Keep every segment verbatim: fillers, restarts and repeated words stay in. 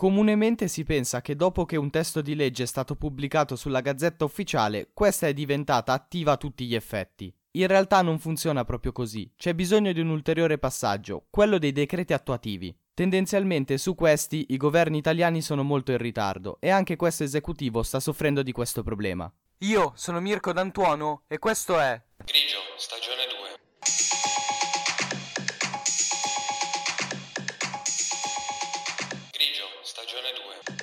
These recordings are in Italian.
Comunemente si pensa che dopo che un testo di legge è stato pubblicato sulla Gazzetta Ufficiale, questa è diventata attiva a tutti gli effetti. In realtà non funziona proprio così, c'è bisogno di un ulteriore passaggio, quello dei decreti attuativi. Tendenzialmente su questi i governi italiani sono molto in ritardo e anche questo esecutivo sta soffrendo di questo problema. Io sono Mirko D'Antuono e questo è Grigio, stagione due. Grigio, stagione due.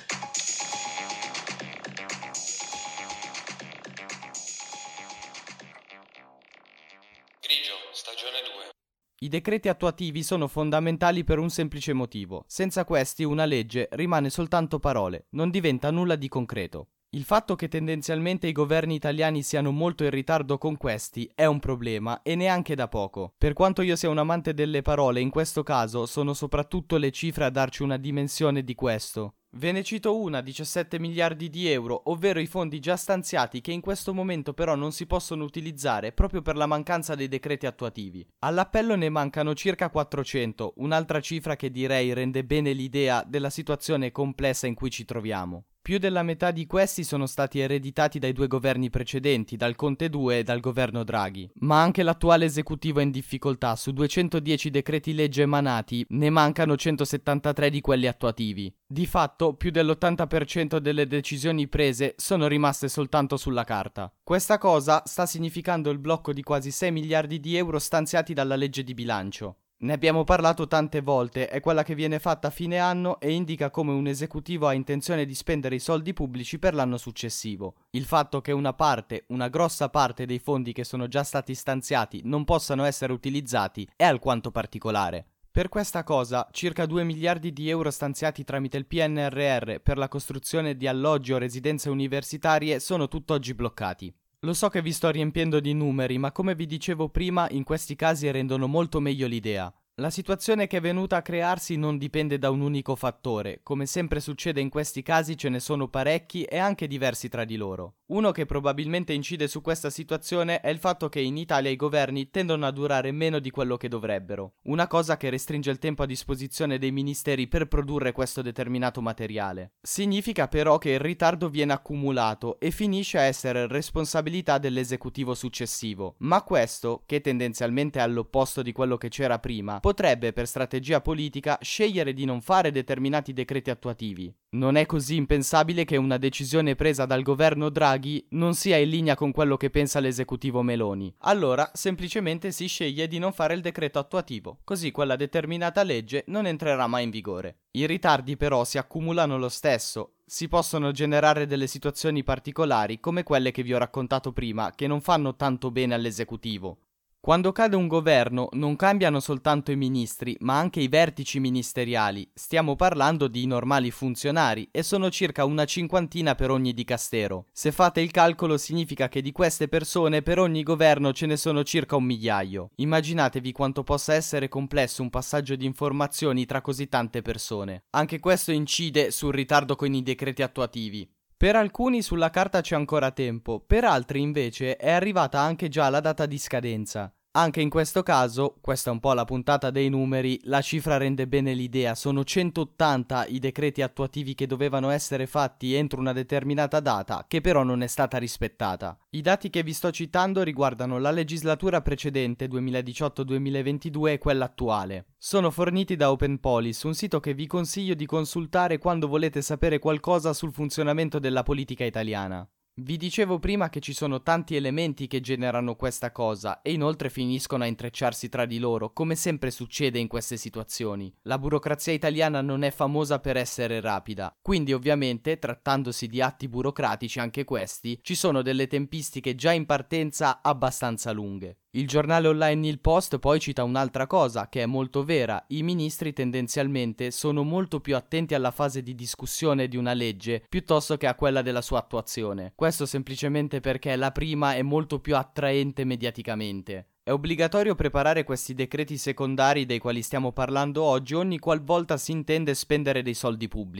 Grigio, stagione due. I decreti attuativi sono fondamentali per un semplice motivo. Senza questi una legge rimane soltanto parole, non diventa nulla di concreto. Il fatto che tendenzialmente i governi italiani siano molto in ritardo con questi è un problema e neanche da poco. Per quanto io sia un amante delle parole, in questo caso sono soprattutto le cifre a darci una dimensione di questo. Ve ne cito una, diciassette miliardi di euro, ovvero i fondi già stanziati che in questo momento però non si possono utilizzare proprio per la mancanza dei decreti attuativi. All'appello ne mancano circa quattrocento, un'altra cifra che direi rende bene l'idea della situazione complessa in cui ci troviamo. Più della metà di questi sono stati ereditati dai due governi precedenti, dal Conte due e dal governo Draghi. Ma anche l'attuale esecutivo è in difficoltà, su duecentodieci decreti legge emanati ne mancano centosettantatré di quelli attuativi. Di fatto, più dell'ottanta per cento delle decisioni prese sono rimaste soltanto sulla carta. Questa cosa sta significando il blocco di quasi sei miliardi di euro stanziati dalla legge di bilancio. Ne abbiamo parlato tante volte, è quella che viene fatta a fine anno e indica come un esecutivo ha intenzione di spendere i soldi pubblici per l'anno successivo. Il fatto che una parte, una grossa parte dei fondi che sono già stati stanziati non possano essere utilizzati è alquanto particolare. Per questa cosa, circa due miliardi di euro stanziati tramite il P N R R per la costruzione di alloggi o residenze universitarie sono tutt'oggi bloccati. Lo so che vi sto riempiendo di numeri, ma come vi dicevo prima, in questi casi rendono molto meglio l'idea. La situazione che è venuta a crearsi non dipende da un unico fattore, come sempre succede in questi casi ce ne sono parecchi e anche diversi tra di loro. Uno che probabilmente incide su questa situazione è il fatto che in Italia i governi tendono a durare meno di quello che dovrebbero, una cosa che restringe il tempo a disposizione dei ministeri per produrre questo determinato materiale. Significa però che il ritardo viene accumulato e finisce a essere responsabilità dell'esecutivo successivo, ma questo, che tendenzialmente è all'opposto di quello che c'era prima, potrebbe per strategia politica scegliere di non fare determinati decreti attuativi. Non è così impensabile che una decisione presa dal governo Draghi non sia in linea con quello che pensa l'esecutivo Meloni. Allora, semplicemente si sceglie di non fare il decreto attuativo, così quella determinata legge non entrerà mai in vigore. I ritardi però si accumulano lo stesso. Si possono generare delle situazioni particolari come quelle che vi ho raccontato prima, che non fanno tanto bene all'esecutivo. Quando cade un governo non cambiano soltanto i ministri, ma anche i vertici ministeriali. Stiamo parlando di normali funzionari e sono circa una cinquantina per ogni dicastero. Se fate il calcolo significa che di queste persone per ogni governo ce ne sono circa un migliaio. Immaginatevi quanto possa essere complesso un passaggio di informazioni tra così tante persone. Anche questo incide sul ritardo con i decreti attuativi. Per alcuni sulla carta c'è ancora tempo, per altri invece è arrivata anche già la data di scadenza. Anche in questo caso, questa è un po' la puntata dei numeri, la cifra rende bene l'idea, sono centottanta i decreti attuativi che dovevano essere fatti entro una determinata data, che però non è stata rispettata. I dati che vi sto citando riguardano la legislatura precedente duemiladiciotto duemilaventidue e quella attuale. Sono forniti da OpenPolice, un sito che vi consiglio di consultare quando volete sapere qualcosa sul funzionamento della politica italiana. Vi dicevo prima che ci sono tanti elementi che generano questa cosa e inoltre finiscono a intrecciarsi tra di loro, come sempre succede in queste situazioni. La burocrazia italiana non è famosa per essere rapida, quindi ovviamente, trattandosi di atti burocratici anche questi, ci sono delle tempistiche già in partenza abbastanza lunghe. Il giornale online Il Post poi cita un'altra cosa che è molto vera: i ministri tendenzialmente sono molto più attenti alla fase di discussione di una legge piuttosto che a quella della sua attuazione. Questo semplicemente perché la prima è molto più attraente mediaticamente. È obbligatorio preparare questi decreti secondari dei quali stiamo parlando oggi ogni qualvolta si intende spendere dei soldi pubblici.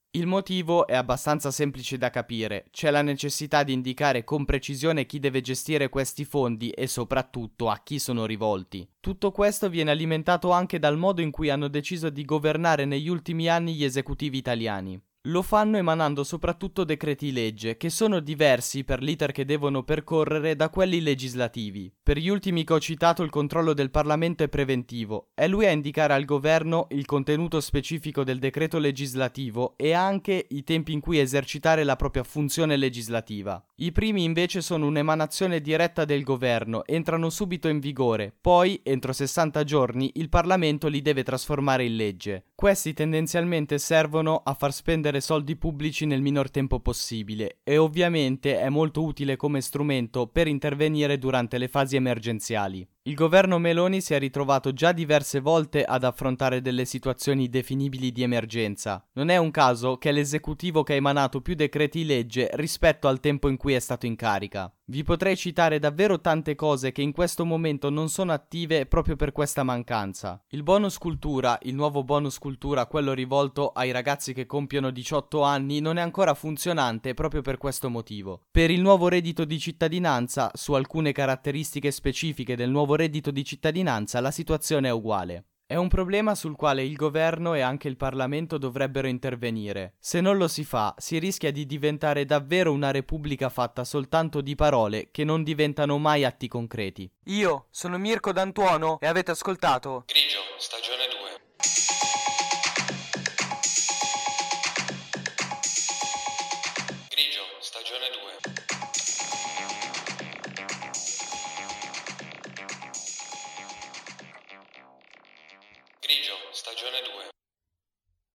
Il motivo è abbastanza semplice da capire, c'è la necessità di indicare con precisione chi deve gestire questi fondi e soprattutto a chi sono rivolti. Tutto questo viene alimentato anche dal modo in cui hanno deciso di governare negli ultimi anni gli esecutivi italiani. Lo fanno emanando soprattutto decreti legge, che sono diversi per l'iter che devono percorrere da quelli legislativi. Per gli ultimi che ho citato il controllo del Parlamento è preventivo, è lui a indicare al governo il contenuto specifico del decreto legislativo e anche i tempi in cui esercitare la propria funzione legislativa. I primi invece sono un'emanazione diretta del governo, entrano subito in vigore, poi, entro sessanta giorni, il Parlamento li deve trasformare in legge. Questi tendenzialmente servono a far spendere soldi pubblici nel minor tempo possibile e ovviamente è molto utile come strumento per intervenire durante le fasi emergenziali. Il governo Meloni si è ritrovato già diverse volte ad affrontare delle situazioni definibili di emergenza. Non è un caso che è l'esecutivo che ha emanato più decreti legge rispetto al tempo in cui è stato in carica. Vi potrei citare davvero tante cose che in questo momento non sono attive proprio per questa mancanza. Il bonus cultura, il nuovo bonus cultura, quello rivolto ai ragazzi che compiono diciotto anni, non è ancora funzionante proprio per questo motivo. Per il nuovo reddito di cittadinanza, su alcune caratteristiche specifiche del nuovo reddito di cittadinanza, la situazione è uguale. È un problema sul quale il governo e anche il Parlamento dovrebbero intervenire. Se non lo si fa, si rischia di diventare davvero una repubblica fatta soltanto di parole che non diventano mai atti concreti. Io sono Mirko D'Antuono e avete ascoltato Grigio, stagione due. Grigio, stagione due. Grigio, stagione due.